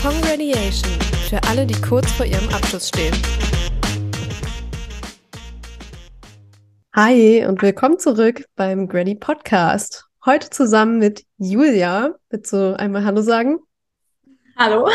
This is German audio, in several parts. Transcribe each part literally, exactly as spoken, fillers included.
Congratulation für alle, die kurz vor ihrem Abschluss stehen. Hi und willkommen zurück beim Grady Podcast. Heute zusammen mit Julia. Willst du einmal Hallo sagen? Hallo.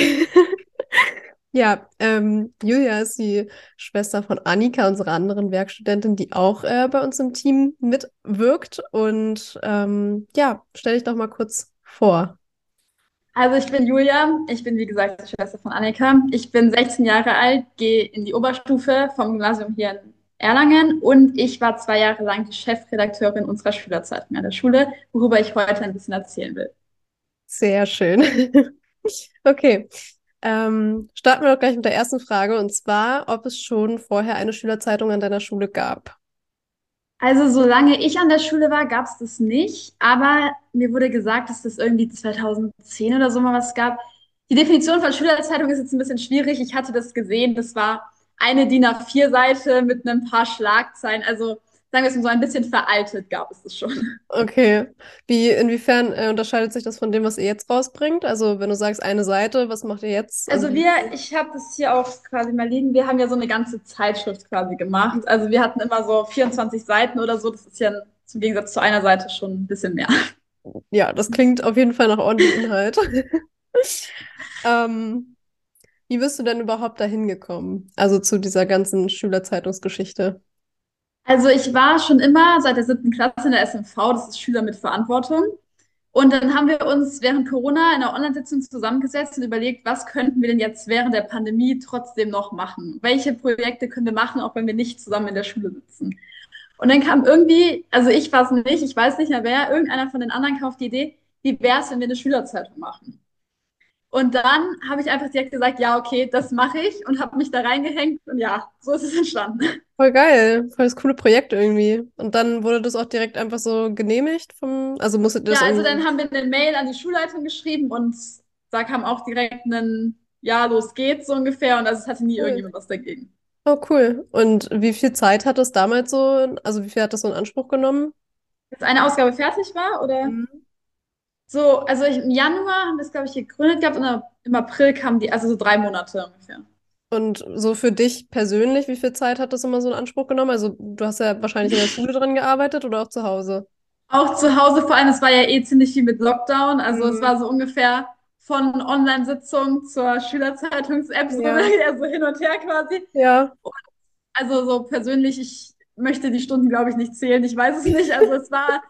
Ja, ähm, Julia ist die Schwester von Annika, unserer anderen Werkstudentin, die auch äh, bei uns im Team mitwirkt. Und ähm, ja, stell dich doch mal kurz vor. Also ich bin Julia, ich bin wie gesagt die Schwester von Annika. Ich bin sechzehn Jahre alt, gehe in die Oberstufe vom Gymnasium hier in Erlangen und ich war zwei Jahre lang die Chefredakteurin unserer Schülerzeitung an der Schule, worüber ich heute ein bisschen erzählen will. Sehr schön. Okay, ähm, starten wir doch gleich mit der ersten Frage, und zwar, ob es schon vorher eine Schülerzeitung an deiner Schule gab. Also solange ich an der Schule war, gab es das nicht, aber mir wurde gesagt, dass das irgendwie zweitausendzehn oder so mal was gab. Die Definition von Schülerzeitung ist jetzt ein bisschen schwierig. Ich hatte das gesehen, das war eine D I N A vier Seite mit ein paar Schlagzeilen. Also sagen wir es mal so ein bisschen veraltet gab es das schon. Okay, wie, inwiefern äh, unterscheidet sich das von dem, was ihr jetzt rausbringt? Also, wenn du sagst, eine Seite, was macht ihr jetzt? Also, Also wir, ich habe das hier auch quasi mal liegen, wir haben ja so eine ganze Zeitschrift quasi gemacht. Also wir hatten immer so vierundzwanzig Seiten oder so. Das ist ja zum Gegensatz zu einer Seite schon ein bisschen mehr. ja, das klingt auf jeden Fall nach ordentlich Inhalt. Ähm, wie bist du denn überhaupt dahin gekommen? Also zu dieser ganzen Schülerzeitungsgeschichte? Also ich war schon immer seit der siebten Klasse in der S M V, das ist Schüler mit Verantwortung. Und dann haben wir uns während Corona in einer Online-Sitzung zusammengesetzt und überlegt, was könnten wir denn jetzt während der Pandemie trotzdem noch machen? Welche Projekte können wir machen, auch wenn wir nicht zusammen in der Schule sitzen? Und dann kam irgendwie, also ich war es nicht, ich weiß nicht mehr wer, irgendeiner von den anderen kam auf die Idee, wie wäre es, wenn wir eine Schülerzeitung machen? Und dann habe ich einfach direkt gesagt, ja, okay, das mache ich und habe mich da reingehängt und ja, so ist es entstanden. Voll geil, voll das coole Projekt irgendwie. Und dann wurde das auch direkt einfach so genehmigt vom, also musstet ihr das Ja, also dann irgendwie. haben wir eine Mail an die Schulleitung geschrieben und da kam auch direkt ein Ja, los geht's so ungefähr und also es hatte nie Cool. irgendjemand was dagegen. Oh, cool. Und wie viel Zeit hat das damals so, also wie viel hat das so in Anspruch genommen? Bis eine Ausgabe fertig war oder Mhm. so, also ich, im Januar haben wir es, glaube ich, gegründet gehabt und im April kamen die, also so drei Monate ungefähr. Und so für dich persönlich, wie viel Zeit hat das immer so in Anspruch genommen? Also du hast ja wahrscheinlich in der Schule dran gearbeitet oder auch zu Hause? Auch zu Hause, vor allem, es war ja eh ziemlich viel mit Lockdown, also es Mhm. war so ungefähr von Online-Sitzung zur Schülerzeitungs-App, so, Ja, ja, so hin und her quasi. ja. Also so persönlich, ich möchte die Stunden, glaube ich, nicht zählen. Ich weiß es nicht. Also es war,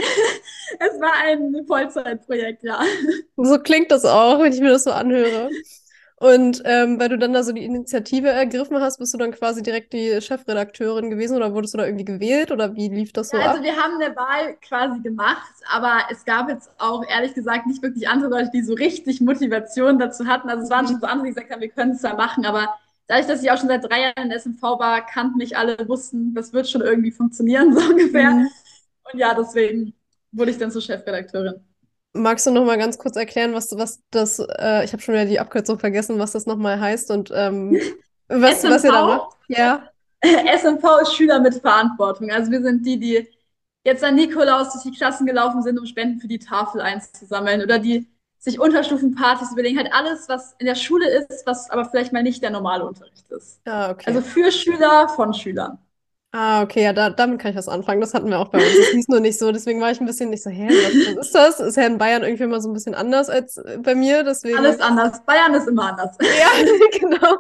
es war ein Vollzeitprojekt, ja. So klingt das auch, wenn ich mir das so anhöre. Und ähm, weil du dann da so die Initiative ergriffen hast, bist du dann quasi direkt die Chefredakteurin gewesen oder wurdest du da irgendwie gewählt oder wie lief das Ja, so also ab? wir haben eine Wahl quasi gemacht, aber es gab jetzt auch ehrlich gesagt nicht wirklich andere Leute, die so richtig Motivation dazu hatten. Also es waren schon Mhm. so andere, die gesagt haben, wir können es zwar machen, aber dadurch, dass ich auch schon seit drei Jahren in der S M V war, kannten mich alle, wussten, das wird schon irgendwie funktionieren, so ungefähr. Mhm. Und ja, deswegen wurde ich dann zur Chefredakteurin. Magst du noch mal ganz kurz erklären, was, was das, äh, ich habe schon wieder die Abkürzung vergessen, was das nochmal heißt und ähm, was, was ihr da macht? S M V Ja. S M V ist Schüler mit Verantwortung. Also wir sind die, die jetzt an Nikolaus durch die Klassen gelaufen sind, um Spenden für die Tafel einzusammeln oder die sich Unterstufenpartys überlegen. Halt alles, was in der Schule ist, was aber vielleicht mal nicht der normale Unterricht ist. Ah, Also okay. für Schüler von Schülern. Ah, okay, ja, da, damit kann ich was anfangen. Das hatten wir auch bei uns. Das hieß nur nicht so, deswegen war ich ein bisschen nicht so, hä, was, was ist das? Ist ja in Bayern irgendwie immer so ein bisschen anders als äh, bei mir, deswegen, Alles anders. Bayern ist immer anders. ja, genau.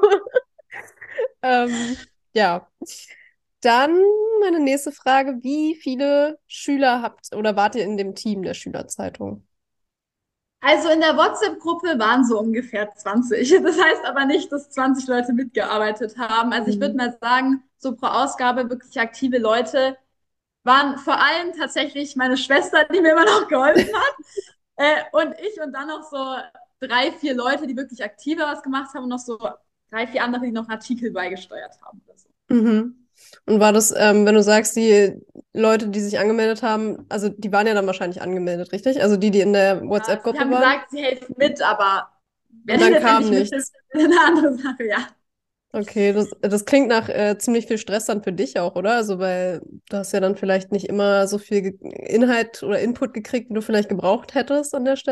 Ähm, ja. Dann meine nächste Frage: Wie viele Schüler habt oder wart ihr in dem Team der Schülerzeitung? Also in der WhatsApp-Gruppe waren so ungefähr zwanzig. Das heißt aber nicht, dass zwanzig Leute mitgearbeitet haben. Also ich würde Mhm. mal sagen, so pro Ausgabe wirklich aktive Leute waren vor allem tatsächlich meine Schwester, die mir immer noch geholfen hat. Äh, und ich und dann noch so drei, vier Leute, die wirklich aktiver was gemacht haben und noch so drei, vier andere, die noch Artikel beigesteuert haben oder so. Mhm. Und war das, ähm, wenn du sagst, die Leute, die sich angemeldet haben, also die waren ja dann wahrscheinlich angemeldet, richtig? Also die, die in der Ja, sie WhatsApp-Gruppe haben waren? gesagt, sie helfen mit, aber wer Und dann dann kam letztendlich mithilft, nichts. ist eine andere Sache, ja. Okay, das, das klingt nach äh, ziemlich viel Stress dann für dich auch, oder? Also, weil du hast ja dann vielleicht nicht immer so viel Ge- Inhalt oder Input gekriegt, wie du vielleicht gebraucht hättest an der Stelle.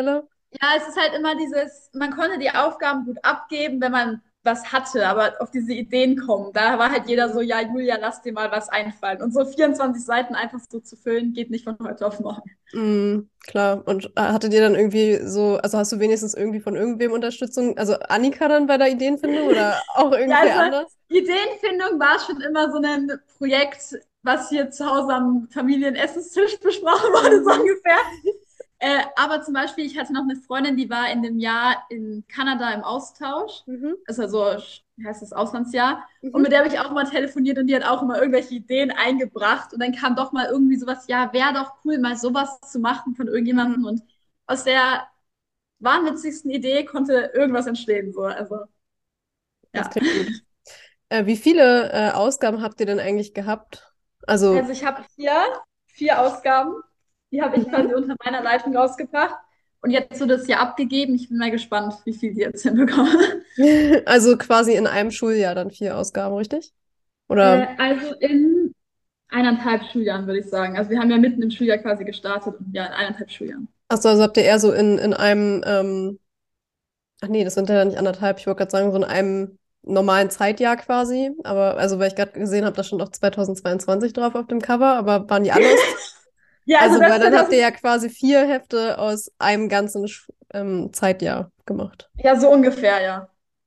Ja, es ist halt immer dieses, man konnte die Aufgaben gut abgeben, wenn man was hatte, aber auf diese Ideen kommen. Da war halt jeder so, Mhm. ja, Julia, lass dir mal was einfallen. Und so vierundzwanzig Seiten einfach so zu füllen, geht nicht von heute auf morgen. Mhm, klar. Und äh, hattet ihr dann irgendwie so, also hast du wenigstens irgendwie von irgendwem Unterstützung, also Annika dann bei der Ideenfindung oder auch Ja, irgendwer also anders? Ideenfindung war schon immer so ein Projekt, was hier zu Hause am Familienessenstisch besprochen wurde, so Mhm. ungefähr. Äh, aber zum Beispiel, ich hatte noch eine Freundin, die war in dem Jahr in Kanada im Austausch. Mhm. Ist also, wie heißt das, Auslandsjahr. Und Mhm. mit der habe ich auch mal telefoniert und die hat auch immer irgendwelche Ideen eingebracht. Und dann kam doch mal irgendwie sowas, ja, wäre doch cool, mal sowas zu machen von Mhm. irgendjemandem. Und aus der wahnwitzigsten Idee konnte irgendwas entstehen. So. Also, Das ja. klingt gut. Äh, wie viele äh, Ausgaben habt ihr denn eigentlich gehabt? Also, Also ich habe vier, vier Ausgaben. Die habe ich mhm. quasi unter meiner Leitung rausgebracht. Und jetzt wird es ja abgegeben. Ich bin mal gespannt, wie viel die jetzt hinbekommen. Also quasi in einem Schuljahr dann vier Ausgaben, richtig? Oder? Äh, also in eineinhalb Schuljahren, würde ich sagen. Also wir haben ja mitten im Schuljahr quasi gestartet und ja, in eineinhalb Schuljahren. Achso, also habt ihr eher so in, in einem, ähm, ach nee, das sind ja nicht anderthalb, ich wollte gerade sagen, so in einem normalen Zeitjahr quasi. Aber, also, weil ich gerade gesehen habe, da stand auch zweitausendzweiundzwanzig drauf auf dem Cover, aber waren die alle aus? Ja, also Also, weil das dann habt ihr zweitausend, ja quasi vier Hefte aus einem ganzen Sch- ähm, Zeitjahr gemacht. ja, so ungefähr, ja.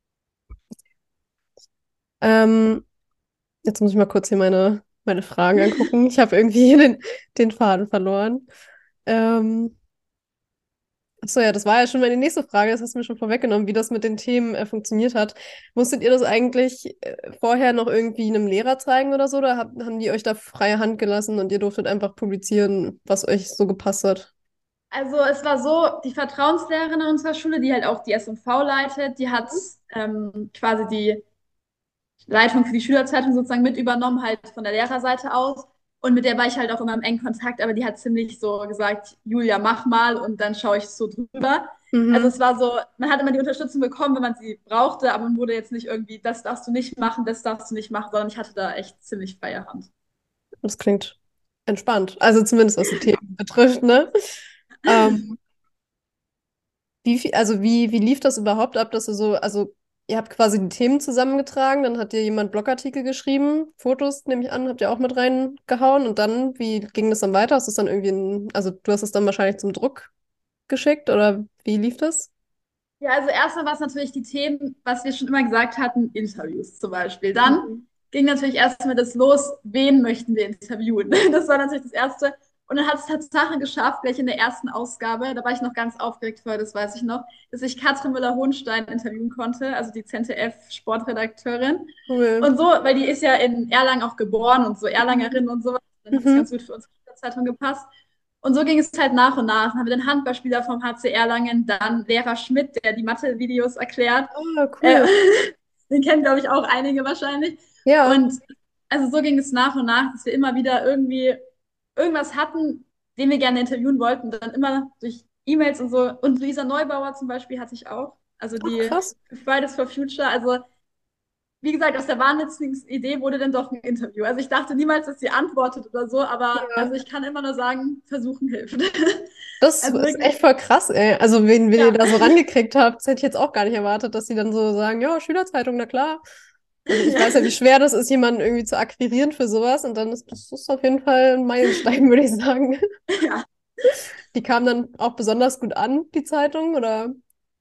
Ähm, Jetzt muss ich mal kurz hier meine, meine Fragen angucken. Ich habe irgendwie hier den, den Faden verloren. Ähm, Achso, ja, das war ja schon meine nächste Frage. Das hast du mir schon vorweggenommen, wie das mit den Themen äh, funktioniert hat. Musstet ihr das eigentlich äh, vorher noch irgendwie einem Lehrer zeigen oder so? Oder hab, haben die euch da freie Hand gelassen und ihr durftet einfach publizieren, was euch so gepasst hat? Also es war so, die Vertrauenslehrerin in unserer Schule, die halt auch die S und V leitet, die hat ähm, quasi die Leitung für die Schülerzeitung sozusagen mit übernommen, halt von der Lehrerseite aus. Und mit der war ich halt auch immer im engen Kontakt, aber die hat ziemlich so gesagt, Julia, mach mal und dann schaue ich so drüber. Also Mhm. es war so, man hat immer die Unterstützung bekommen, wenn man sie brauchte, aber man wurde jetzt nicht irgendwie, das darfst du nicht machen, das darfst du nicht machen, sondern ich hatte da echt ziemlich freie Hand. Das klingt entspannt. Also zumindest was die Themen betrifft, ne? Ähm, Wie viel, also wie, wie lief das überhaupt ab, dass du so, also ihr habt quasi die Themen zusammengetragen, dann hat dir jemand Blogartikel geschrieben, Fotos, nehme ich an, habt ihr auch mit reingehauen und dann, wie ging das dann weiter? Hast du es dann irgendwie, in, also du hast es dann wahrscheinlich zum Druck geschickt oder wie lief das? Ja, also erstmal war es natürlich die Themen, was wir schon immer gesagt hatten, Interviews zum Beispiel. Dann Mhm. ging natürlich erstmal das los, wen möchten wir interviewen? Das war natürlich das Erste. Und dann hat es Tatsache geschafft, gleich in der ersten Ausgabe, da war ich noch ganz aufgeregt vorher, das weiß ich noch, dass ich Katrin Müller-Hohenstein interviewen konnte, also die Z D F-Sportredakteurin. Cool. Und so, weil die ist ja in Erlangen auch geboren und so Mhm. Erlangerin und sowas, dann hat es ganz Mhm. gut für unsere Zeitung gepasst. Und so ging es halt nach und nach. Dann haben wir den Handballspieler vom H C Erlangen, dann Lehrer Schmidt, der die Mathe-Videos erklärt. Ah, Äh, cool. den kennen, glaube ich, auch einige wahrscheinlich. Ja. Und also so ging es nach und nach, dass wir immer wieder irgendwie irgendwas hatten, den wir gerne interviewen wollten. Dann immer durch E-Mails und so. Und Luisa Neubauer zum Beispiel hatte ich auch. Also Ach, die krass. Fridays for Future. Also wie gesagt, aus der wahnwitzigen Idee wurde dann doch ein Interview. Also ich dachte niemals, dass sie antwortet oder so, aber also Ja. ich kann immer nur sagen, versuchen hilft. Das Also ist wirklich, echt voll krass, ey. Also, wen, wen ihr ja, da so rangekriegt habt, das hätte ich jetzt auch gar nicht erwartet, dass sie dann so sagen, ja, Schülerzeitung, na klar. Also ich ja, weiß ja, wie schwer das ist, jemanden irgendwie zu akquirieren für sowas. Und dann ist das ist auf jeden Fall ein Meilenstein, würde ich sagen. ja. Die kam dann auch besonders gut an, die Zeitung, oder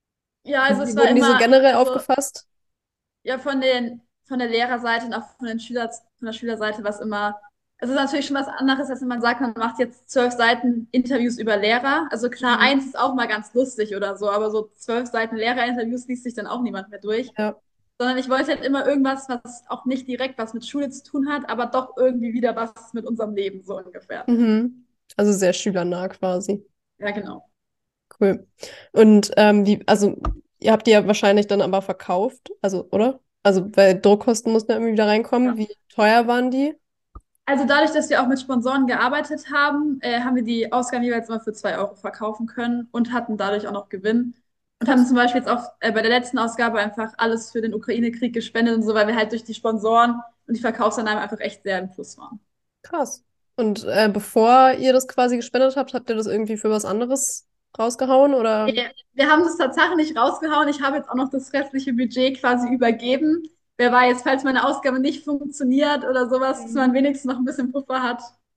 Ja, wie, also es wie war wurden die so immer, generell also aufgefasst? ja von den von der Lehrerseite und auch von den Schüler, von der Schülerseite was immer. Es ist natürlich schon was anderes, als wenn man sagt, man macht jetzt zwölf Seiten Interviews über Lehrer. Also klar, Mhm. eins ist auch mal ganz lustig oder so, aber so zwölf Seiten Lehrerinterviews liest sich dann auch niemand mehr durch. Ja. Sondern ich wollte halt immer irgendwas, was auch nicht direkt was mit Schule zu tun hat, aber doch irgendwie wieder was mit unserem Leben, so ungefähr. Mhm. Also sehr schülernah quasi. Ja, genau. Cool. Und ähm, wie, also ihr habt die ja wahrscheinlich dann aber verkauft, also, oder? Also, weil Druckkosten mussten ja irgendwie wieder reinkommen. Ja. Wie teuer waren die? Also dadurch, dass wir auch mit Sponsoren gearbeitet haben, äh, haben wir die Ausgaben jeweils immer für zwei Euro verkaufen können und hatten dadurch auch noch Gewinn. Und haben Krass. zum Beispiel jetzt auch äh, bei der letzten Ausgabe einfach alles für den Ukraine-Krieg gespendet und so, weil wir halt durch die Sponsoren und die Verkaufsannahmen einfach echt sehr im Plus waren. Krass. Und äh, bevor ihr das quasi gespendet habt, habt ihr das irgendwie für was anderes? rausgehauen oder? Wir, wir haben das tatsächlich nicht rausgehauen. Ich habe jetzt auch noch das restliche Budget quasi übergeben. Wer weiß, falls meine Ausgabe nicht funktioniert oder sowas, dass man wenigstens noch ein bisschen Puffer hat.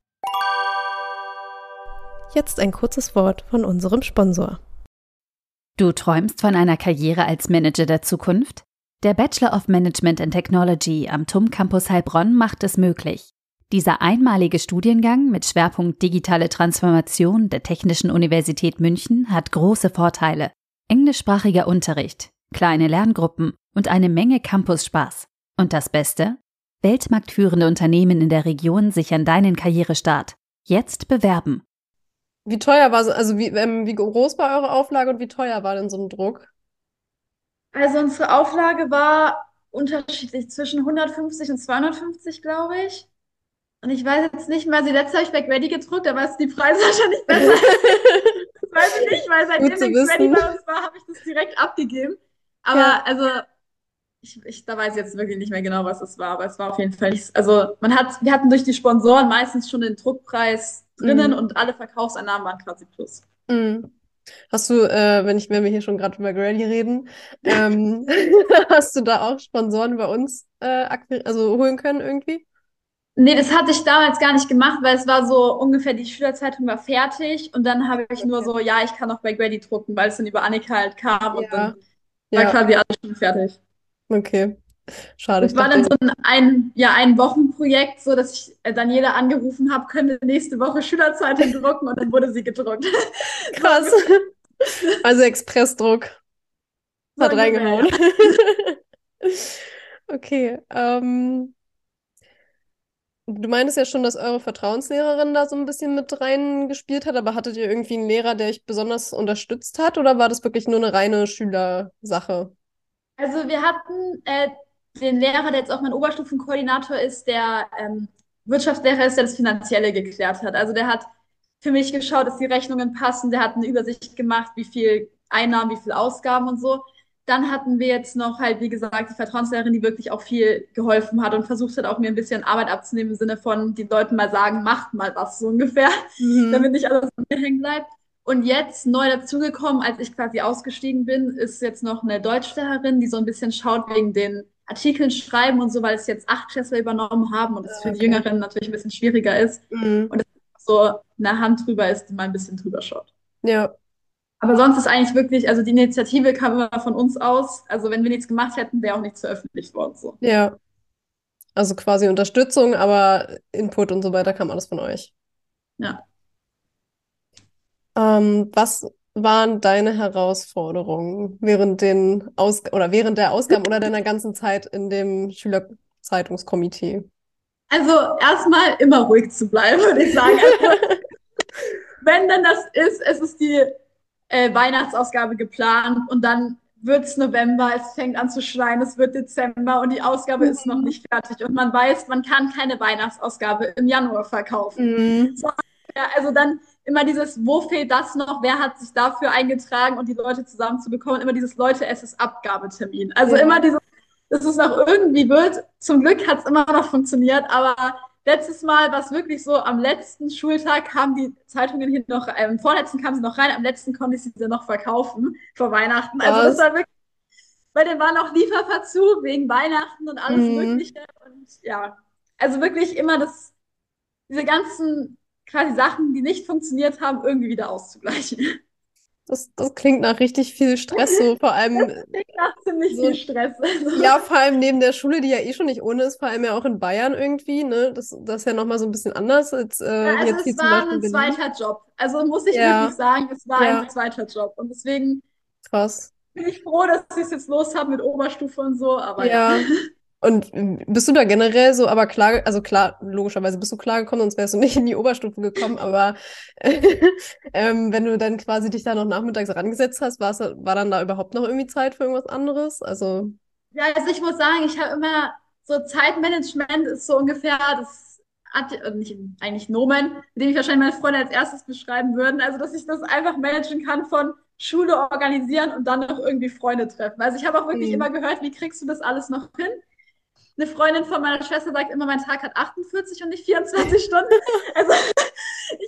Jetzt ein kurzes Wort von unserem Sponsor. Du träumst von einer Karriere als Manager der Zukunft? Der Bachelor of Management and Technology am T U M Campus Heilbronn macht es möglich. Dieser einmalige Studiengang mit Schwerpunkt digitale Transformation der Technischen Universität München hat große Vorteile. Englischsprachiger Unterricht, kleine Lerngruppen und eine Menge Campus-Spaß. Und das Beste? Weltmarktführende Unternehmen in der Region sichern deinen Karrierestart. Jetzt bewerben. Wie teuer war so, also wie, ähm, wie groß war eure Auflage und wie teuer war denn so ein Druck? Also unsere Auflage war unterschiedlich zwischen hundertfünfzig und zweihundertfünfzig, glaube ich. Und ich weiß jetzt nicht mehr, also die letzte habe ich bei Ready gedruckt, da weißt du die Preise wahrscheinlich besser. Das weiß ich nicht, weil seitdem Gut zu Ready wissen. bei uns war, habe ich das direkt abgegeben. Aber Ja. also, ich, ich, da weiß ich jetzt wirklich nicht mehr genau, was es war, aber es war auf jeden Fall nicht, also man hat, wir hatten durch die Sponsoren meistens schon den Druckpreis drinnen Mhm. und alle Verkaufseinnahmen waren quasi plus. Mhm. Hast du, äh, wenn ich, wenn wir hier schon gerade über Grady reden, ähm, hast du da auch Sponsoren bei uns äh, akquir- also holen können irgendwie? Nee, das hatte ich damals gar nicht gemacht, weil es war so ungefähr, die Schülerzeitung war fertig und dann habe ich nur Okay. so, ja, ich kann auch bei Grady drucken, weil es dann über Annika halt kam und dann Ja, war ja, quasi alles schon fertig. okay. Schade, Das ich war dann dachte, so ein, ein, ja, ein Wochenprojekt, so dass ich äh, Daniela angerufen habe, können wir nächste Woche Schülerzeitung drucken und dann wurde sie gedruckt. So krass. ungefähr. Also Expressdruck So hat ungefähr, ja. reingehauen. Okay. Ähm, du meintest ja schon, dass eure Vertrauenslehrerin da so ein bisschen mit reingespielt hat, aber hattet ihr irgendwie einen Lehrer, der euch besonders unterstützt hat, oder war das wirklich nur eine reine Schülersache? Also wir hatten äh, den Lehrer, der jetzt auch mein Oberstufenkoordinator ist, der ähm, Wirtschaftslehrer ist, der das Finanzielle geklärt hat. Also der hat für mich geschaut, dass die Rechnungen passen, der hat eine Übersicht gemacht, wie viel Einnahmen, wie viel Ausgaben und so. Dann hatten wir jetzt noch halt, wie gesagt, die Vertrauenslehrerin, die wirklich auch viel geholfen hat und versucht hat, auch mir ein bisschen Arbeit abzunehmen im Sinne von den Leuten mal sagen, macht mal was so ungefähr, Mhm. damit nicht alles an mir hängen bleibt. Und jetzt neu dazugekommen, als ich quasi ausgestiegen bin, ist jetzt noch eine Deutschlehrerin, die so ein bisschen schaut wegen den Artikeln schreiben und so, weil es jetzt acht Klässler übernommen haben und es Ah, für die okay. Jüngeren natürlich ein bisschen schwieriger ist Mhm. und es so eine Hand drüber ist, die mal ein bisschen drüber schaut. Ja, Aber sonst ist eigentlich wirklich, also die Initiative kam immer von uns aus. Also wenn wir nichts gemacht hätten, wäre auch nichts veröffentlicht worden. So. ja. Also quasi Unterstützung, aber Input und so weiter kam alles von euch. Ja. Ähm, was waren deine Herausforderungen während den Aus oder während der Ausgaben oder deiner ganzen Zeit in dem Schülerzeitungskomitee? Also erstmal immer ruhig zu bleiben, würde ich sagen. Also wenn denn das ist, es ist die äh, Weihnachtsausgabe geplant und dann wird es November, es fängt an zu schneien, es wird Dezember und die Ausgabe ist noch nicht fertig und man weiß, man kann keine Weihnachtsausgabe im Januar verkaufen. Mhm. So, ja, also dann immer dieses, wo fehlt das noch, wer hat sich dafür eingetragen und die Leute zusammenzubekommen, immer dieses Leute, es ist Abgabetermin. Also Ja, immer dieses, dass es noch irgendwie wird. Zum Glück hat es immer noch funktioniert, aber letztes Mal war es wirklich so, am letzten Schultag kamen die Zeitungen hier noch, äh, im vorletzten kamen sie noch rein, am letzten konnte ich sie dann noch verkaufen vor Weihnachten. Also das krass. war wirklich, weil dann war noch Lieferverzug wegen Weihnachten und alles Mhm. Mögliche. Und ja, also wirklich immer das, diese ganzen quasi Sachen, die nicht funktioniert haben, irgendwie wieder auszugleichen. Das, das klingt nach richtig viel Stress, so vor allem Ich nach ziemlich viel so, Stress. Also, ja, vor allem neben der Schule, die ja eh schon nicht ohne ist, vor allem ja auch in Bayern irgendwie, ne? Das, das ist ja nochmal so ein bisschen anders als ja, äh, also jetzt hier es zum war Beispiel in ein Berlin. zweiter Job. Also muss ich wirklich Ja, sagen, es war ein ja, zweiter Job. Und deswegen krass. bin ich froh, dass ich es jetzt los habe mit Oberstufe und so, aber ja. Ja. Und ähm, bist du da generell so, aber klar, also klar, logischerweise bist du klar gekommen, sonst wärst du nicht in die Oberstufe gekommen, aber ähm, wenn du dann quasi dich da noch nachmittags rangesetzt hast, war's, war dann da überhaupt noch irgendwie Zeit für irgendwas anderes? Also, Ja, also ich muss sagen, ich habe immer so Zeitmanagement ist so ungefähr das, Ad- also nicht eigentlich Nomen, mit dem ich wahrscheinlich meine Freunde als erstes beschreiben würden. Also, dass ich das einfach managen kann von Schule organisieren und dann noch irgendwie Freunde treffen. Also ich habe auch wirklich hm. immer gehört, wie kriegst du das alles noch hin? Eine Freundin von meiner Schwester sagt immer, mein Tag hat achtundvierzig und nicht vierundzwanzig Stunden. Also ich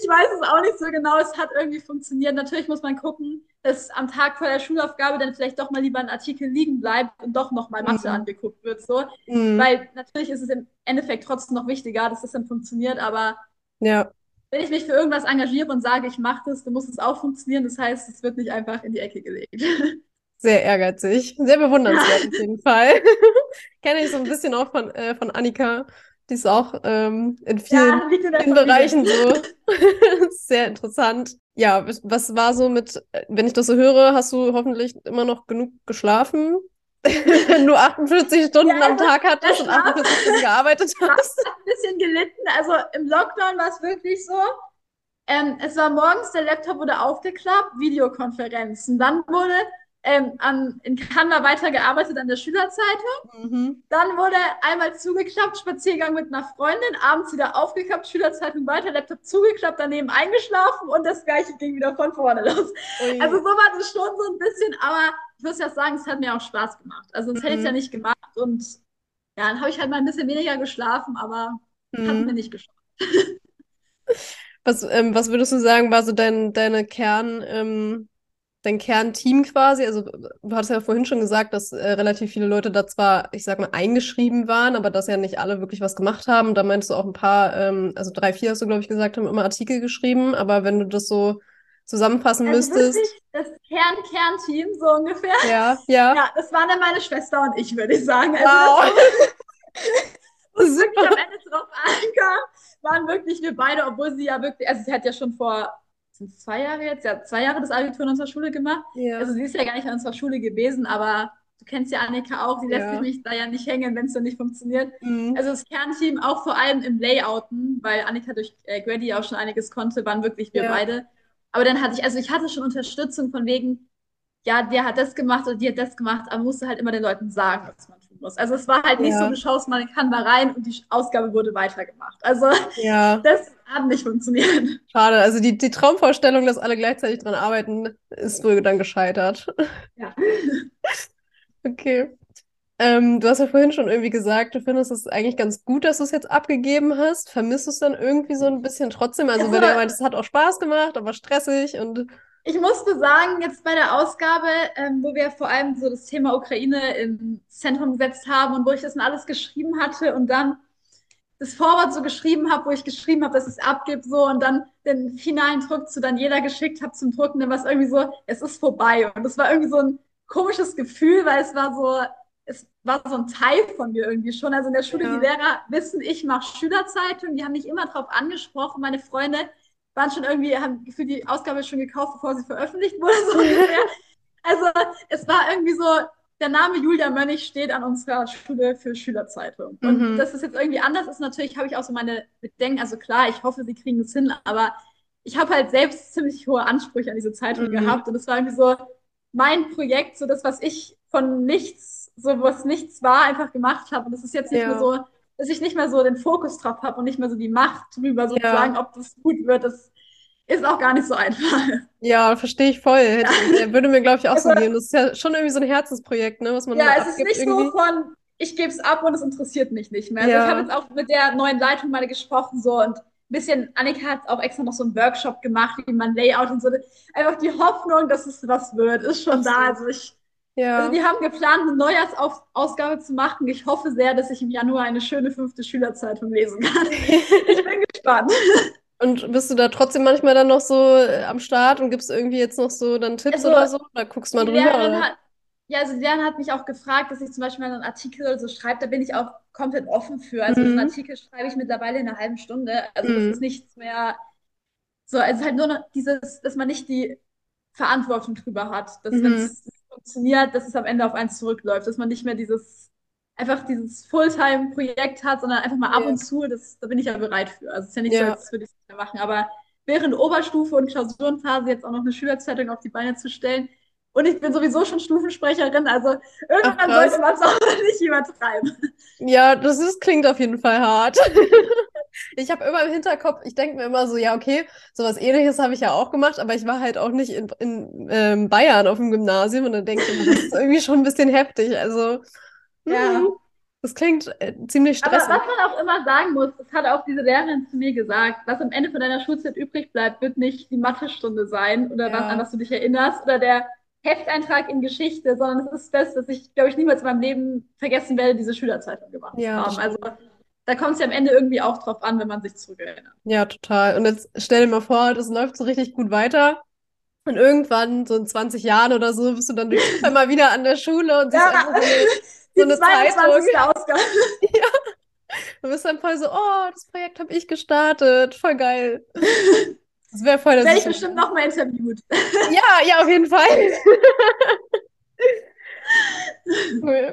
weiß es auch nicht so genau. Es hat irgendwie funktioniert. Natürlich muss man gucken, dass am Tag vor der Schulaufgabe dann vielleicht doch mal lieber ein Artikel liegen bleibt und doch nochmal Mathe Mhm. angeguckt wird. So. Mhm. Weil natürlich ist es im Endeffekt trotzdem noch wichtiger, dass das dann funktioniert. Aber Ja, wenn ich mich für irgendwas engagiere und sage, ich mache das, dann muss es auch funktionieren. Das heißt, es wird nicht einfach in die Ecke gelegt. sehr ehrgeizig. Sehr bewundernswert Ja. auf jeden Fall. Kenne ich so ein bisschen auch von, äh, von Annika. Die ist auch ähm, in vielen, Ja, liegt in der vielen Familie. Bereichen so. Sehr interessant. Ja, was was war so mit, äh, wenn ich das so höre, hast du hoffentlich immer noch genug geschlafen? Wenn du achtundvierzig Stunden Ja, am also Tag der hattest und Schlaf, achtundvierzig Stunden gearbeitet Schlaf hast. hat ein bisschen gelitten. Also im Lockdown war es wirklich so. Ähm, es war morgens, der Laptop wurde aufgeklappt, Videokonferenzen. Dann wurde ähm, an, in Canva weitergearbeitet an der Schülerzeitung. Mhm. Dann wurde einmal zugeklappt, Spaziergang mit einer Freundin, abends wieder aufgeklappt, Schülerzeitung weiter, Laptop zugeklappt, daneben eingeschlafen und das Gleiche ging wieder von vorne los. Ui. Also so war das schon so ein bisschen, aber ich muss ja sagen, es hat mir auch Spaß gemacht. Also sonst hätte ich es ja Mhm. nicht gemacht und ja, dann habe ich halt mal ein bisschen weniger geschlafen, aber hat mir Mhm. nicht geschadet. Was, ähm, was würdest du sagen, war so dein, deine Kern, ähm, dein Kernteam quasi? Also du hattest ja vorhin schon gesagt, dass äh, relativ viele Leute da zwar, ich sag mal, eingeschrieben waren, aber dass ja nicht alle wirklich was gemacht haben. Da meinst du auch ein paar, ähm, also drei, vier hast du, glaube ich, gesagt, haben immer Artikel geschrieben. Aber wenn du das so zusammenfassen Also müsstest, wirklich das Kern-Kernteam, so ungefähr. ja, ja, Ja, das waren dann meine Schwester und ich, würde ich sagen. Also das wow, war, wo es wirklich am super. Ende drauf ankam, waren wirklich wir beide, obwohl sie ja wirklich, also sie hat ja schon vor, sind es zwei Jahre jetzt, ja, zwei Jahre das Abitur in unserer Schule gemacht. Ja, Also sie ist ja gar nicht an unserer Schule gewesen, aber du kennst ja Annika auch, sie lässt sich ja, mich da ja nicht hängen, wenn es dann nicht funktioniert. mhm. Also das Kernteam auch vor allem im Layouten, weil Annika durch äh, Grady auch schon einiges konnte, waren wirklich wir Ja, beide. Aber dann hatte ich, also ich hatte schon Unterstützung von wegen, ja, der hat das gemacht oder die hat das gemacht, aber man musste halt immer den Leuten sagen, was man tun muss. Also es war halt nicht so, ja, du schaust mal in Canva rein und die Ausgabe wurde weitergemacht. Also ja. das hat nicht funktioniert. Schade. Also die, die Traumvorstellung, dass alle gleichzeitig dran arbeiten, ist wohl dann gescheitert. Ja. Okay. Ähm, du hast ja vorhin schon irgendwie gesagt, du findest es eigentlich ganz gut, dass du es jetzt abgegeben hast. Vermisst du es dann irgendwie so ein bisschen trotzdem? Also, Also weil du ja meintest, es hat auch Spaß gemacht, aber stressig und. ich musste sagen, jetzt bei der Ausgabe, ähm, wo wir vor allem so das Thema Ukraine ins Zentrum gesetzt haben und wo ich das dann alles geschrieben hatte und dann das Vorwort so geschrieben habe, wo ich geschrieben habe, dass ich es abgebe, so und dann den finalen Druck zu Daniela geschickt habe zum Drucken, dann war es irgendwie so, es ist vorbei. Und das war irgendwie so ein komisches Gefühl, weil es war so, es war so ein Teil von mir irgendwie schon. Also in der Schule, die Ja. Lehrer wissen, ich mache Schülerzeitung, die haben mich immer drauf angesprochen. Meine Freunde waren schon irgendwie, haben gefühlt die Ausgabe schon gekauft, bevor sie veröffentlicht wurde, so ungefähr. Also es war irgendwie so, der Name Julia Mönnig steht an unserer Schule für Schülerzeitung. Und Mhm. das ist jetzt irgendwie anders ist, natürlich habe ich auch so meine Bedenken, also klar, ich hoffe, sie kriegen es hin, aber ich habe halt selbst ziemlich hohe Ansprüche an diese Zeitung Mhm. gehabt und es war irgendwie so mein Projekt, so das, was ich von nichts, so was nichts war, einfach gemacht habe. Und es ist jetzt nicht mehr Ja. so, dass ich nicht mehr so den Fokus drauf habe und nicht mehr so die Macht drüber sozusagen, Ja. ob das gut wird. Das ist auch gar nicht so einfach. Ja, verstehe ich voll. Hätte ich, äh, würde mir, glaube ich, auch so Also gehen. Das ist ja schon irgendwie so ein Herzensprojekt, ne, was man ja, da es ist abgibt nicht so irgendwie. von, ich gebe es ab und es interessiert mich nicht mehr. Also ich habe Ja. jetzt auch mit der neuen Leitung mal gesprochen so und ein bisschen, Annika hat auch extra noch so einen Workshop gemacht, wie man Layout und so. Einfach die Hoffnung, dass es was wird, ist schon da. Absolut. Also ich, also Ja. die haben geplant, eine Neujahrsausgabe zu machen. Ich hoffe sehr, dass ich im Januar eine schöne fünfte Schülerzeitung lesen kann. Ich bin gespannt. Und bist du da trotzdem manchmal dann noch so äh, am Start und gibst irgendwie jetzt noch so dann Tipps Also oder so? Oder guckst mal die drüber, Lehrerin oder? hat, ja, also die Lehrerin hat mich auch gefragt, dass ich zum Beispiel mal einen Artikel oder so schreibe, da bin ich auch komplett offen für. Also einen Mhm. Artikel schreibe ich mittlerweile in einer halben Stunde. Also das ist Mhm. nichts mehr so, also halt nur noch dieses, dass man nicht die Verantwortung drüber hat, dass wenn Mhm. es funktioniert, dass es am Ende auf eins zurückläuft, dass man nicht mehr dieses, einfach dieses Fulltime-Projekt hat, sondern einfach mal ab und Ja. zu, das, da bin ich ja bereit für. Also es ist ja nicht so, Ja. als würde ich es nicht mehr machen, aber während Oberstufe und Klausurenphase jetzt auch noch eine Schülerzeitung auf die Beine zu stellen. Und ich bin sowieso schon Stufensprecherin, also Ach, irgendwann sollte krass. man es auch nicht übertreiben. Ja, das ist, klingt auf jeden Fall hart. Ich habe immer im Hinterkopf, ich denke mir immer so, ja, okay, sowas Ähnliches habe ich ja auch gemacht, aber ich war halt auch nicht in, in ähm, Bayern auf dem Gymnasium und dann denke ich immer, das ist irgendwie schon ein bisschen heftig. Also, hm, Ja, Das klingt äh, ziemlich Aber stressig. was man auch immer sagen muss, das hat auch diese Lehrerin zu mir gesagt, was am Ende von deiner Schulzeit übrig bleibt, wird nicht die Mathestunde sein oder was, an Ja, was du dich erinnerst oder der Hefteintrag in Geschichte, sondern es ist das, dass ich, glaube ich, niemals in meinem Leben vergessen werde, diese Schülerzeitung gemacht zu ja, das haben. Also stimmt. da kommt es ja am Ende irgendwie auch drauf an, wenn man sich zurückerinnert. Ja, total. Und jetzt stell dir mal vor, das läuft so richtig gut weiter. Und irgendwann, so in zwanzig Jahren oder so, bist du dann durch Zufall mal wieder an der Schule und siehst Ja, einfach so eine, so die eine Zeitung. zweiundzwanzigste. Ausgabe. Du bist dann voll so, oh, das Projekt habe ich gestartet. Voll geil. Das wäre voll der Werde ich süße bestimmt Moment. nochmal interviewt. Ja, ja, auf jeden Fall. Cool.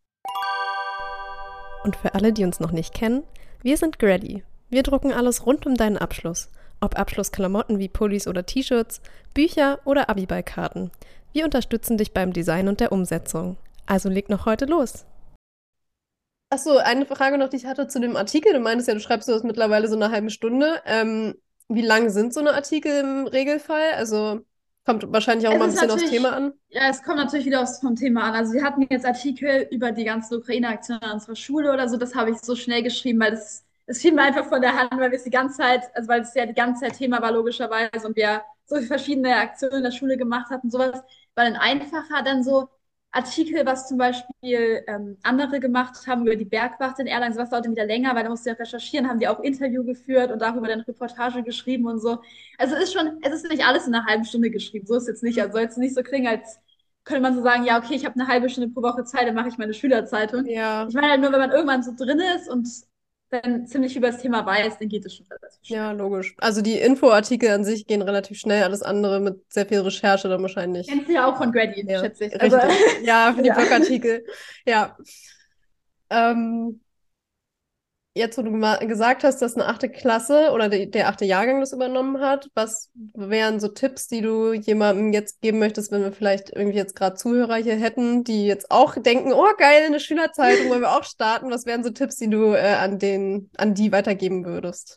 Und für alle, die uns noch nicht kennen, wir sind Grady. Wir drucken alles rund um deinen Abschluss. Ob Abschlussklamotten wie Pullis oder T-Shirts, Bücher oder Abiballkarten. Wir unterstützen dich beim Design und der Umsetzung. Also leg noch heute los. Achso, eine Frage noch, die ich hatte zu dem Artikel. Du meintest ja, du schreibst das mittlerweile so eine halbe Stunde. Ähm, wie lang sind so eine Artikel im Regelfall? Also kommt wahrscheinlich auch Es mal ein ist bisschen aufs Thema natürlich, an. ja, es kommt natürlich wieder aufs vom Thema an. Also wir hatten jetzt Artikel über die ganze Ukraine-Aktion an unserer Schule oder so. Das habe ich so schnell geschrieben, weil das, das fiel mir einfach von der Hand, weil wir es die ganze Zeit, also weil es ja die ganze Zeit Thema war logischerweise und wir so viele verschiedene Aktionen in der Schule gemacht hatten, sowas war dann einfacher, dann so Artikel, was zum Beispiel ähm, andere gemacht haben über die Bergwacht in Erlangen, sowas dauert dann wieder länger, weil da musst du ja recherchieren, haben die auch Interview geführt und darüber dann Reportage geschrieben und so. Also es ist schon, es ist nicht alles in einer halben Stunde geschrieben. So ist es jetzt nicht. Also soll jetzt nicht so klingen, als könnte man so sagen, ja, okay, ich habe eine halbe Stunde pro Woche Zeit, dann mache ich meine Schülerzeitung. Ja, Ich meine halt nur, wenn man irgendwann so drin ist und dann ziemlich über das Thema weiß, dann geht es schon relativ schnell. ja, logisch. Also die Infoartikel an sich gehen relativ schnell, alles andere mit sehr viel Recherche dann wahrscheinlich. Kennst du ja auch von Grady, Ja, schätze ich. Also, richtig. Ja, für die ja. Blogartikel. Ja. Ähm, Jetzt, wo du ma- gesagt hast, dass eine achte Klasse oder de der achte Jahrgang das übernommen hat, was wären so Tipps, die du jemandem jetzt geben möchtest, wenn wir vielleicht irgendwie jetzt gerade Zuhörer hier hätten, die jetzt auch denken, oh geil, eine Schülerzeitung wollen wir auch starten. Was wären so Tipps, die du äh, an den, an die weitergeben würdest?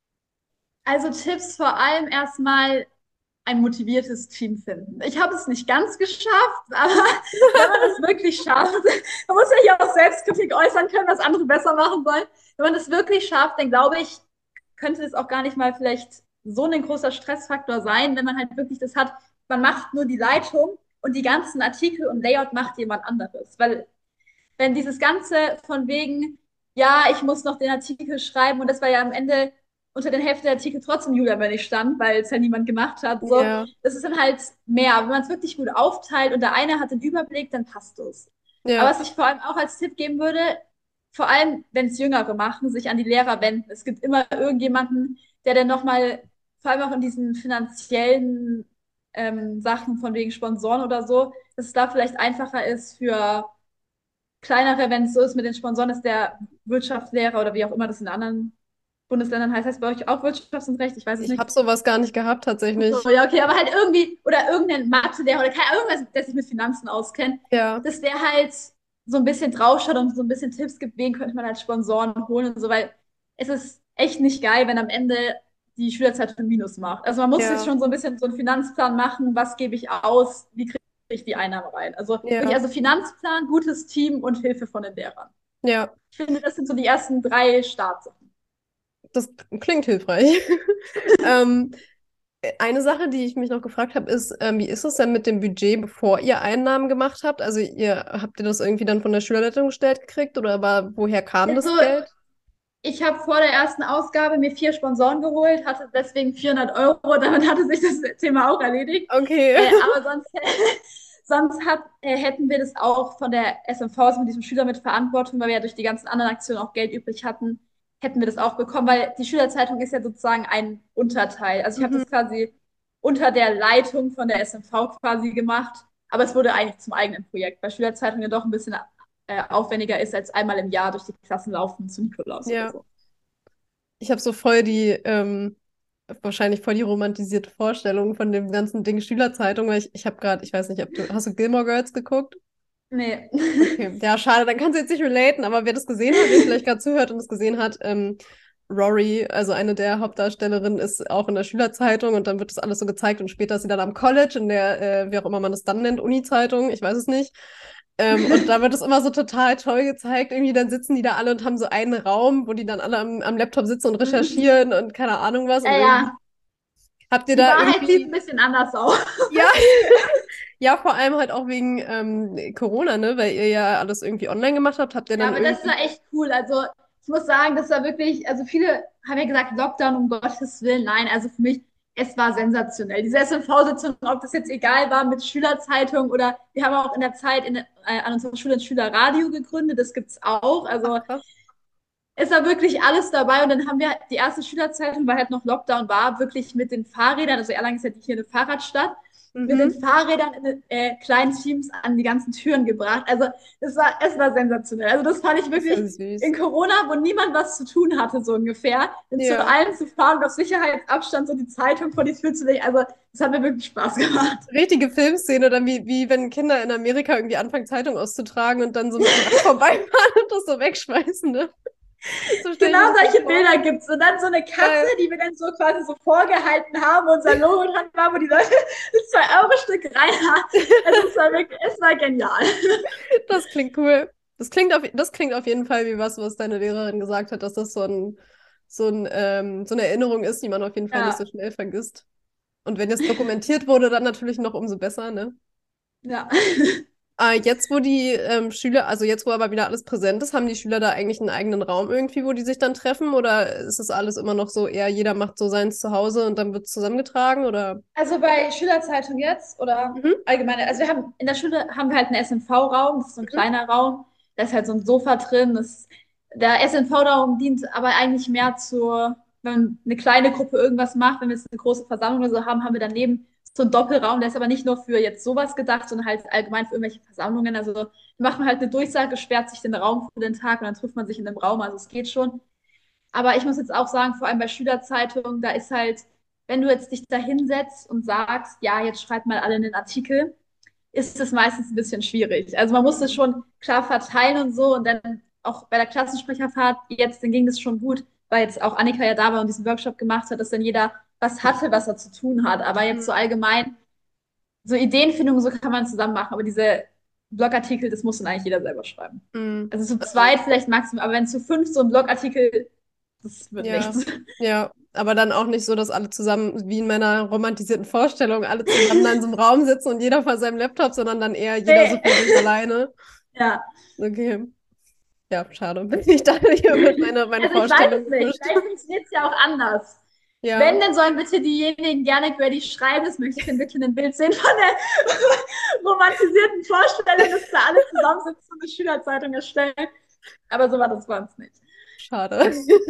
Also Tipps vor allem erstmal ein motiviertes Team finden. Ich habe es nicht ganz geschafft, aber wenn man es wirklich schafft, man muss ja hier auch Selbstkritik äußern können, was andere besser machen sollen. Wenn man es wirklich schafft, dann glaube ich, könnte es auch gar nicht mal vielleicht so ein großer Stressfaktor sein, wenn man halt wirklich das hat, man macht nur die Leitung und die ganzen Artikel und Layout macht jemand anderes. Weil wenn dieses Ganze von wegen, ja, ich muss noch den Artikel schreiben und das war ja am Ende unter den Hälfte der Artikel trotzdem Julia, wenn ich stand, weil es ja niemand gemacht hat. So, Ja, das ist dann halt mehr. Wenn man es wirklich gut aufteilt und der eine hat den Überblick, dann passt es. Aber ja, was ich vor allem auch als Tipp geben würde, vor allem wenn es Jüngere machen, sich an die Lehrer wenden. Es gibt immer irgendjemanden, der dann nochmal, vor allem auch in diesen finanziellen ähm, Sachen von wegen Sponsoren oder so, dass es da vielleicht einfacher ist für kleinere, wenn es so ist mit den Sponsoren, ist der Wirtschaftslehrer oder wie auch immer das in anderen Bundesländern heißt. Heißt bei euch auch Wirtschafts- und Recht? Ich weiß es ich nicht. habe sowas gar nicht gehabt So, tatsächlich. ja, okay, aber halt irgendwie, oder irgendein Mathelehrer oder kein, irgendwas, der sich mit Finanzen auskennt, Ja, dass der halt so ein bisschen draufschaut und so ein bisschen Tipps gibt, wen könnte man als Sponsoren holen und so, weil es ist echt nicht geil, wenn am Ende die Schülerzeitung Minus macht. Also man muss sich ja, schon so ein bisschen so einen Finanzplan machen, was gebe ich aus, wie kriege ich die Einnahmen rein. Also wirklich, ja, also Finanzplan, gutes Team und Hilfe von den Lehrern. ja. Ich finde, das sind so die ersten drei Startsachen. Das klingt hilfreich. Ähm, Eine Sache, die ich mich noch gefragt habe, ist, ähm, wie ist es denn mit dem Budget, bevor ihr Einnahmen gemacht habt? Also ihr habt ihr das irgendwie dann von der Schülerleitung gestellt gekriegt oder aber woher kam Also das Geld? ich habe vor der ersten Ausgabe mir vier Sponsoren geholt, hatte deswegen vierhundert Euro, damit hatte sich das Thema auch erledigt. Okay. Äh, aber sonst, sonst hat, äh, hätten wir das auch von der S M V, also mit diesem Schüler mit Verantwortung, weil wir ja durch die ganzen anderen Aktionen auch Geld übrig hatten, hätten wir das auch bekommen, weil die Schülerzeitung ist ja sozusagen ein Unterteil. Also ich habe Mhm. das quasi unter der Leitung von der S M V quasi gemacht, aber es wurde eigentlich zum eigenen Projekt, weil Schülerzeitung ja doch ein bisschen äh, aufwendiger ist, als einmal im Jahr durch die Klassen laufen zu Nikolaus oder Ja. so. Ich habe so voll die, ähm, wahrscheinlich voll die romantisierte Vorstellung von dem ganzen Ding Schülerzeitung, weil ich, ich habe gerade, ich weiß nicht, ob du, hast du Gilmore Girls geguckt? Nee. Okay, ja, schade, dann kannst du jetzt nicht relaten, aber wer das gesehen hat, wer vielleicht gerade zuhört und das gesehen hat, ähm, Rory, also eine der Hauptdarstellerinnen, ist auch in der Schülerzeitung und dann wird das alles so gezeigt und später ist sie dann am College, in der, äh, wie auch immer man das dann nennt, Uni-Zeitung, ich weiß es nicht. Ähm, und da wird es immer so total toll gezeigt. Irgendwie dann sitzen die da alle und haben so einen Raum, wo die dann alle am, am Laptop sitzen und recherchieren und keine Ahnung was. Und Ja, irgendwie ja. habt ihr Die da Wahrheit sieht ein irgendwie, bisschen anders aus. ja, ja, vor allem halt auch wegen ähm, Corona, ne? Weil ihr ja alles irgendwie online gemacht habt, habt ihr Ja, dann aber das war irgendwie. echt cool. Also ich muss sagen, das war wirklich, also viele haben ja gesagt, Lockdown um Gottes Willen. Nein, also für mich, es war sensationell. Diese S M V-Sitzung, ob das jetzt egal war mit Schülerzeitung oder wir haben auch in der Zeit in, äh, an unserer Schule ein Schülerradio gegründet, das gibt's auch. Ach, Also krass. es war wirklich alles dabei und dann haben wir die erste Schülerzeitung, weil halt noch Lockdown war, wirklich mit den Fahrrädern, also Erlangen ist ja hier eine Fahrradstadt, mit den Mhm. Fahrrädern in äh, kleinen Teams an die ganzen Türen gebracht. Also es war, es war sensationell. Also das fand ich Das ist ja wirklich in süß. Corona, wo niemand was zu tun hatte, so ungefähr, dann zu Ja. allen zu fahren und auf Sicherheitsabstand so die Zeitung vor die Tür zu legen. Also das hat mir wirklich Spaß gemacht. Richtige Filmszene, dann wie, wie wenn Kinder in Amerika irgendwie anfangen, Zeitung auszutragen und dann so mit dem Rad vorbeifahren und das so wegschmeißen, ne? So stelle ich mir Genau das so solche vor. Bilder gibt es. Und dann so eine Kasse, Geil. die wir dann so quasi so vorgehalten haben, unser Logo dran war, wo die Leute das zwei-Euro-Stück reinhaben. Also es war wirklich, es war genial. Das klingt cool. Das klingt auf, das klingt auf jeden Fall wie was, was deine Lehrerin gesagt hat, dass das so ein, so ein, ähm, so eine Erinnerung ist, die man auf jeden Fall nicht so Ja, schnell vergisst. Und wenn jetzt dokumentiert wurde, dann natürlich noch umso besser, ne? ja. Äh, jetzt, wo die ähm, Schüler, also jetzt, wo aber wieder alles präsent ist, haben die Schüler da eigentlich einen eigenen Raum irgendwie, wo die sich dann treffen? Oder ist es alles immer noch so, eher jeder macht so seins zu Hause und dann wird es zusammengetragen? Oder? Also bei Schülerzeitung jetzt oder Mhm. allgemeine, also wir haben in der Schule haben wir halt einen S M V-Raum, das ist so ein Mhm. kleiner Raum, da ist halt so ein Sofa drin. Das, der S M V-Raum dient aber eigentlich mehr zur, wenn eine kleine Gruppe irgendwas macht, wenn wir jetzt eine große Versammlung oder so haben, haben wir daneben so einen Doppelraum, der ist aber nicht nur für jetzt sowas gedacht, sondern halt allgemein für irgendwelche Versammlungen. Also wir machen halt eine Durchsage, sperrt sich den Raum für den Tag und dann trifft man sich in dem Raum, also es geht schon. Aber ich muss jetzt auch sagen, vor allem bei Schülerzeitungen, da ist halt, wenn du jetzt dich da hinsetzt und sagst, ja, jetzt schreibt mal alle einen Artikel, ist es meistens ein bisschen schwierig. Also man muss es schon klar verteilen und so und dann auch bei der Klassensprecherfahrt jetzt, dann ging das schon gut, weil jetzt auch Annika ja da war und diesen Workshop gemacht hat, dass dann jeder was hatte, was er zu tun hat. Aber jetzt so Mhm. allgemein, so Ideenfindung, so kann man zusammen machen, aber diese Blogartikel, das muss dann eigentlich jeder selber schreiben. Mhm. Also zu Also, zweit vielleicht maximal, aber wenn zu fünf so ein Blogartikel, das wird ja, nichts. ja. Aber dann auch nicht so, dass alle zusammen, wie in meiner romantisierten Vorstellung, alle zusammen da in so einem Raum sitzen und jeder vor seinem Laptop, sondern dann eher jeder so Nee. für sich alleine. Ja. Okay. Ja, schade. Ich dachte, hier wird meine, meine Also ich weiß Vorstellung es nicht. gepusht. Vielleicht funktioniert es ja auch anders. Ja. Wenn, dann sollen bitte diejenigen gerne Ready schreiben. Das möchte ich dann wirklich ein Bild sehen von der romantisierten Vorstellung, dass da alle zusammensitzen und eine Schülerzeitung erstellen. Aber so war das bei uns nicht. Schade.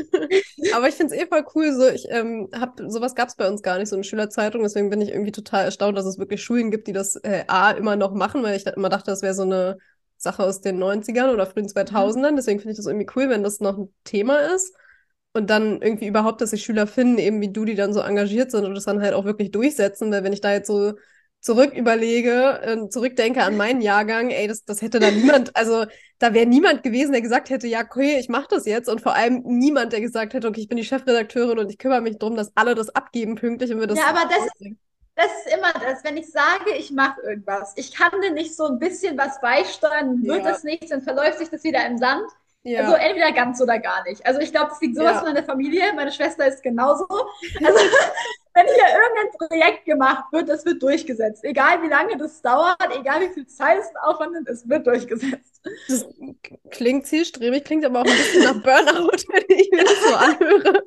Aber ich finde es eh voll cool. So, ich ähm, hab, sowas gab es bei uns gar nicht, so eine Schülerzeitung. Deswegen bin ich irgendwie total erstaunt, dass es wirklich Schulen gibt, die das äh, A immer noch machen, weil ich da immer dachte, das wäre so eine Sache aus den Neunzigern oder frühen Mhm. zweitausendern. Deswegen finde ich das irgendwie cool, wenn das noch ein Thema ist. Und dann irgendwie überhaupt, dass sich Schüler finden, eben wie du, die dann so engagiert sind und das dann halt auch wirklich durchsetzen. Weil wenn ich da jetzt so zurück überlege, äh, zurückdenke an meinen Jahrgang, ey, das, das hätte da niemand, also da wäre niemand gewesen, der gesagt hätte, ja, okay, ich mache das jetzt. Und vor allem niemand, der gesagt hätte, okay, ich bin die Chefredakteurin und ich kümmere mich darum, dass alle das abgeben pünktlich und wir Ja, das aber das ist, rausbringen. das ist immer das, wenn ich sage, ich mache irgendwas. Ich kann dir nicht so ein bisschen was beisteuern, wird Ja, das nichts, dann verläuft sich das wieder im Sand. Also ja, entweder ganz oder gar nicht. Also ich glaube, das liegt sowas ja. von an der Familie. Meine Schwester ist genauso. Also wenn hier irgendein Projekt gemacht wird, das wird durchgesetzt. Egal wie lange das dauert, egal wie viel Zeit es Aufwand nimmt, es wird durchgesetzt. Das klingt zielstrebig, klingt aber auch ein bisschen nach Burnout, wenn ich mir das so anhöre.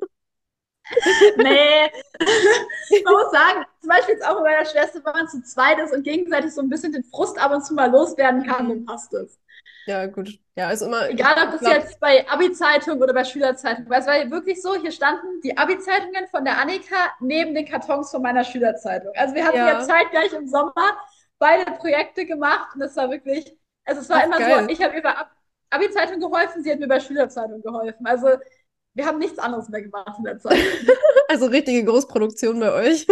Nee, man muss sagen, zum Beispiel jetzt auch bei meiner Schwester, wenn man zu zweit ist und gegenseitig so ein bisschen den Frust ab und zu mal loswerden kann, dann Mhm. passt es. Ja, gut. Ja, ist immer, ich, Egal, ob ich das glaube, jetzt bei Abi-Zeitung oder bei Schülerzeitung war. Es war ja wirklich so, hier standen die Abi-Zeitungen von der Annika neben den Kartons von meiner Schülerzeitung. Also wir hatten ja ja, zeitgleich im Sommer beide Projekte gemacht und das war wirklich, also es war ach, immer so, geil. ich habe ihr bei Ab- Abi-Zeitung geholfen, sie hat mir bei Schülerzeitung geholfen. Also wir haben nichts anderes mehr gemacht in der Zeit. Also richtige Großproduktion bei euch.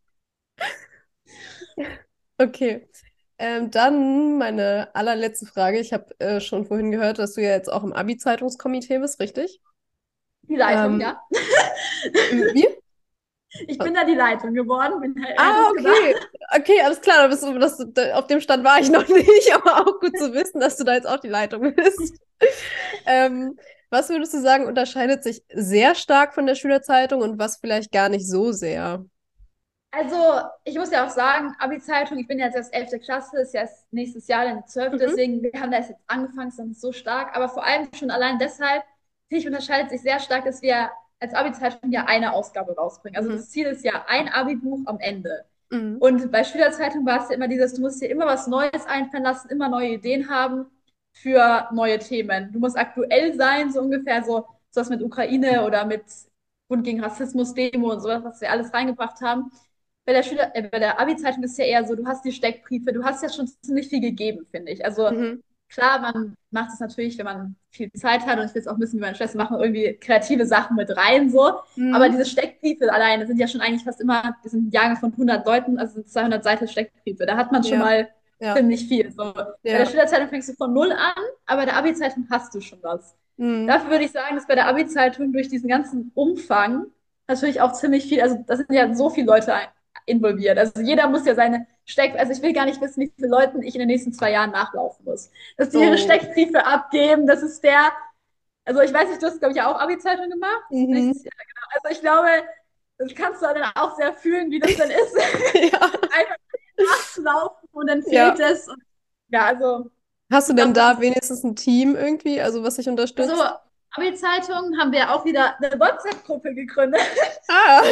Okay. Ähm, dann meine allerletzte Frage. Ich habe äh, schon vorhin gehört, dass du ja jetzt auch im Abi-Zeitungskomitee bist, richtig? Die Leitung, Ähm, ja. wie? Ich bin da die Leitung geworden. Bin halt Ah, ehrlich gesagt. okay. Okay, alles klar. Da bist du, das, da- auf dem Stand war ich noch nicht, aber auch gut zu wissen, dass du da jetzt auch die Leitung bist. Ähm, was würdest du sagen, unterscheidet sich sehr stark von der Schülerzeitung und was vielleicht gar nicht so sehr? Also, ich muss ja auch sagen, Abi-Zeitung, ich bin jetzt erst elfte Klasse, ist ja erst nächstes Jahr dann die zwölfte, Mhm. deswegen, wir haben da erst jetzt angefangen, ist noch nicht so stark, aber vor allem schon allein deshalb, finde ich, unterscheidet sich sehr stark, dass wir als Abi-Zeitung ja eine Ausgabe rausbringen. Also Mhm. das Ziel ist ja ein Abi-Buch am Ende. Mhm. Und bei Schülerzeitung war es ja immer dieses, du musst dir immer was Neues einfallen lassen, immer neue Ideen haben für neue Themen. Du musst aktuell sein, so ungefähr so sowas mit Ukraine oder mit Bund gegen Rassismus, Demo und sowas, was wir alles reingebracht haben. Bei der Schüler, äh, bei der Abi-Zeitung ist es ja eher so, du hast die Steckbriefe, du hast ja schon ziemlich viel gegeben, finde ich. Also Mhm. klar, man macht es natürlich, wenn man viel Zeit hat und ich will es auch wissen, wie meine Schwester machen, irgendwie kreative Sachen mit rein, so. Aber Mhm. diese Steckbriefe alleine sind ja schon eigentlich fast immer, das sind Jahrgänge von hundert Leuten, also sind zweihundert Seiten Steckbriefe. Da hat man schon Ja, mal ja, ziemlich viel. So. Bei der ja. Schülerzeitung fängst du von null an, aber bei der Abi-Zeitung hast du schon was. Mhm. Dafür würde ich sagen, dass bei der Abi-Zeitung durch diesen ganzen Umfang natürlich auch ziemlich viel, also da sind ja so viele Leute ein- involviert. Also jeder muss ja seine Steck, also ich will gar nicht wissen, wie viele Leuten ich in den nächsten zwei Jahren nachlaufen muss. Dass die ihre Oh. Steckbriefe abgeben, das ist der, also ich weiß nicht, du hast, glaube ich, ja auch Abi-Zeitung gemacht. Mhm. Nächstes Jahr, genau. Also ich glaube, das kannst du dann auch sehr fühlen, wie das dann ist, Ja, einfach nachzulaufen und dann ja. fehlt es. Und, ja, also Hast du ich denn glaube, das da ist wenigstens ein Team irgendwie, also was dich also unterstützt? Abi-Zeitung haben wir auch wieder eine WhatsApp-Gruppe gegründet. Ah.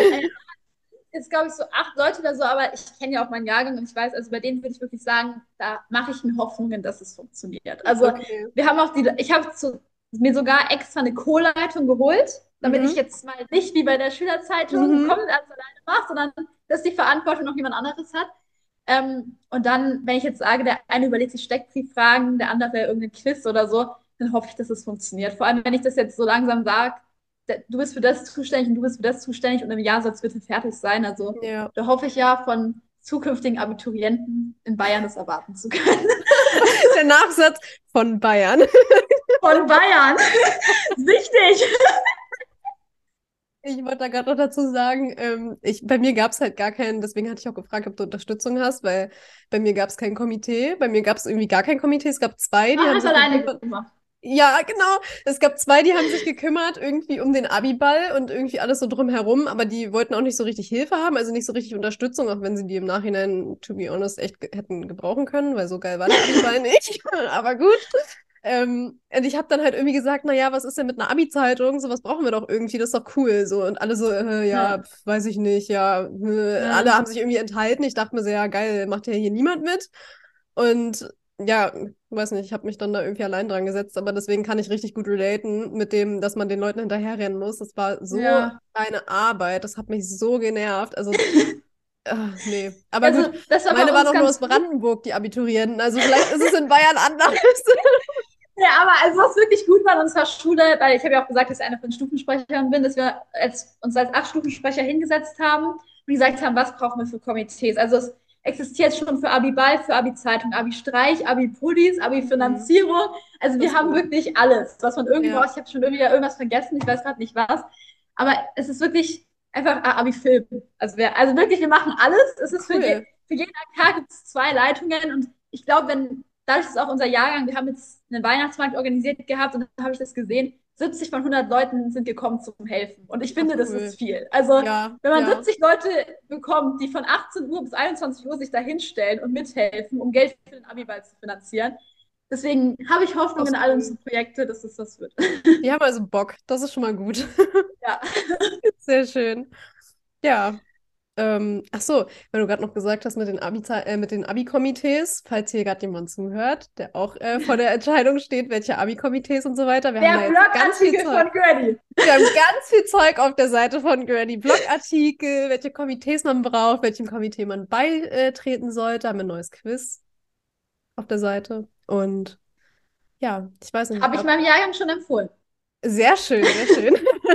Jetzt glaube ich so acht Leute oder so, aber ich kenne ja auch meinen Jahrgang und ich weiß, also bei denen würde ich wirklich sagen, da mache ich mir Hoffnungen, dass es funktioniert. Also Okay. wir haben auch die, ich habe zu, mir sogar extra eine Co-Leitung geholt, damit ich Mhm. jetzt mal nicht wie bei der Schülerzeitung Mhm. komplett alles alleine mache, sondern dass die Verantwortung noch jemand anderes hat. Ähm, und dann, wenn ich jetzt sage, der eine überlegt sich Steckbrieffragen, der andere irgendein Quiz oder so, dann hoffe ich, dass es funktioniert. Vor allem, wenn ich das jetzt so langsam sage, du bist für das zuständig und du bist für das zuständig und im Jahr soll es bitte fertig sein. Also Ja. da hoffe ich ja von zukünftigen Abiturienten in Bayern das erwarten zu können. Der Nachsatz von Bayern. Von Bayern. Wichtig. Ich wollte da gerade noch dazu sagen, ähm, ich, bei mir gab es halt gar keinen, deswegen hatte ich auch gefragt, ob du Unterstützung hast, weil bei mir gab es kein Komitee. Bei mir gab es irgendwie gar kein Komitee. Es gab zwei, die Ach, haben hast sich alleine gekümmert. gemacht. Ja, genau. Es gab zwei, die haben sich gekümmert irgendwie um den Abiball und irgendwie alles so drumherum, aber die wollten auch nicht so richtig Hilfe haben, also nicht so richtig Unterstützung, auch wenn sie die im Nachhinein, to be honest, echt ge hätten gebrauchen können, weil so geil war der Abiball nicht. Aber gut. Ähm, und ich habe dann halt irgendwie gesagt, naja, was ist denn mit einer Abi-Zeitung? So was brauchen wir doch irgendwie, das ist doch cool. So, und alle so, äh, ja, Ja. pf, weiß ich nicht, ja, äh, alle Ja. haben sich irgendwie enthalten. Ich dachte mir so, ja, geil, macht ja hier niemand mit. Und ja, weiß nicht, ich habe mich dann da irgendwie allein dran gesetzt, aber deswegen kann ich richtig gut relaten mit dem, dass man den Leuten hinterherrennen muss. Das war so Ja. eine Arbeit, das hat mich so genervt. Also, ah, nee. Aber Also, gut, das war meine bei waren uns auch nur aus ganz gut. Brandenburg, die Abiturienten. Also vielleicht ist es in Bayern anders. Ja, aber also was wirklich gut war an unserer Schule, weil ich habe ja auch gesagt, dass ich eine von den Stufensprechern bin, dass wir als, uns als acht Stufensprecher hingesetzt haben und gesagt haben, was brauchen wir für Komitees. Also es existiert schon für Abi-Ball, für Abi-Zeitung, Abi-Streich, Abi-Pullis, Mhm. Abi-Finanzierung. Also Das wir ist haben gut. wirklich alles, was man irgendwie Ja. braucht. Ich habe schon irgendwie irgendwas vergessen, ich weiß gerade nicht was. Aber es ist wirklich einfach ah, Abi-Film. Also, wir, also wirklich, wir machen alles. Es ist für, je, Cool. für jeden A K gibt es zwei Leitungen und ich glaube, wenn dadurch ist auch unser Jahrgang, wir haben jetzt einen Weihnachtsmarkt organisiert gehabt und da habe ich das gesehen, siebzig von hundert Leuten sind gekommen zum Helfen. Und ich Ach, finde, das cool. ist viel. Also, Ja, wenn man ja. siebzig Leute bekommt, die von achtzehn Uhr bis einundzwanzig Uhr sich da hinstellen und mithelfen, um Geld für den Abiball zu finanzieren. Deswegen habe ich Hoffnung Das in ist alle cool. unsere Projekte, dass das was wird. Die haben also Bock. Das ist schon mal gut. Ja. Sehr schön. Ja. Ähm, ach so, weil du gerade noch gesagt hast mit den Abi, äh, mit den Abi-Komitees, falls hier gerade jemand zuhört, der auch äh, vor der Entscheidung steht, welche Abi-Komitees und so weiter. Wir haben da Der jetzt ganz viel Blogartikel Zeug. von Grady. Wir haben ganz viel Zeug auf der Seite von Granny. Blogartikel, welche Komitees man braucht, welchem Komitee man beitreten sollte. Haben wir ein neues Quiz auf der Seite. Und ja, ich weiß nicht, ich Habe ich glaube, meinem Jahrgang schon empfohlen. sehr schön, sehr schön.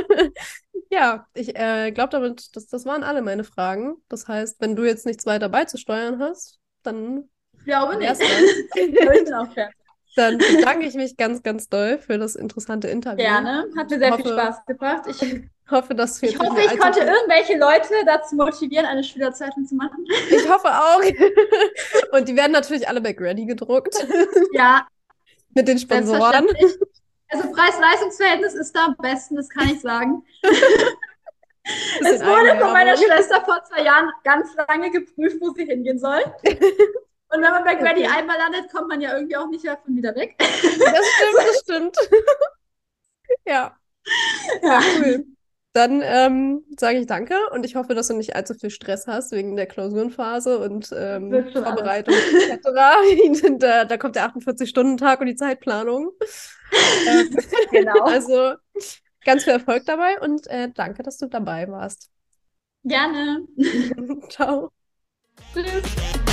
Ja, ich äh, glaube damit, das, das waren alle meine Fragen. Das heißt, wenn du jetzt nichts weiter beizusteuern hast, dann Ich glaube wär's nicht. das. Aber ich bin auch fertig. Dann bedanke ich mich ganz, ganz doll für das interessante Interview. Gerne. Hat mir Ich sehr viel hoffe, Spaß gebracht. Ich hoffe, dass du Ich jetzt nicht hoffe, mehr ich allzu konnte viel- irgendwelche Leute dazu motivieren, eine Schülerzeitung zu machen. Ich hoffe auch. Und die werden natürlich alle bei Granny gedruckt. Ja, Mit den Sponsoren. selbstverständlich. Also Preis-Leistungs-Verhältnis ist da am besten, das kann ich sagen. Es Bisschen wurde von meiner Eigenwerbung. Schwester vor zwei Jahren ganz lange geprüft, wo sie hingehen soll. Und wenn man bei Granny Okay. einmal landet, kommt man ja irgendwie auch nicht davon wieder weg. Das stimmt, das stimmt. Ja, Ja. cool. Dann ähm, sage ich danke und ich hoffe, dass du nicht allzu viel Stress hast wegen der Klausurenphase und ähm, Wird schon alles. Vorbereitung et cetera. Da, da kommt der achtundvierzig-Stunden-Tag und die Zeitplanung. Ähm, Genau. Also ganz viel Erfolg dabei und äh, danke, dass du dabei warst. Gerne. Ciao. Tschüss.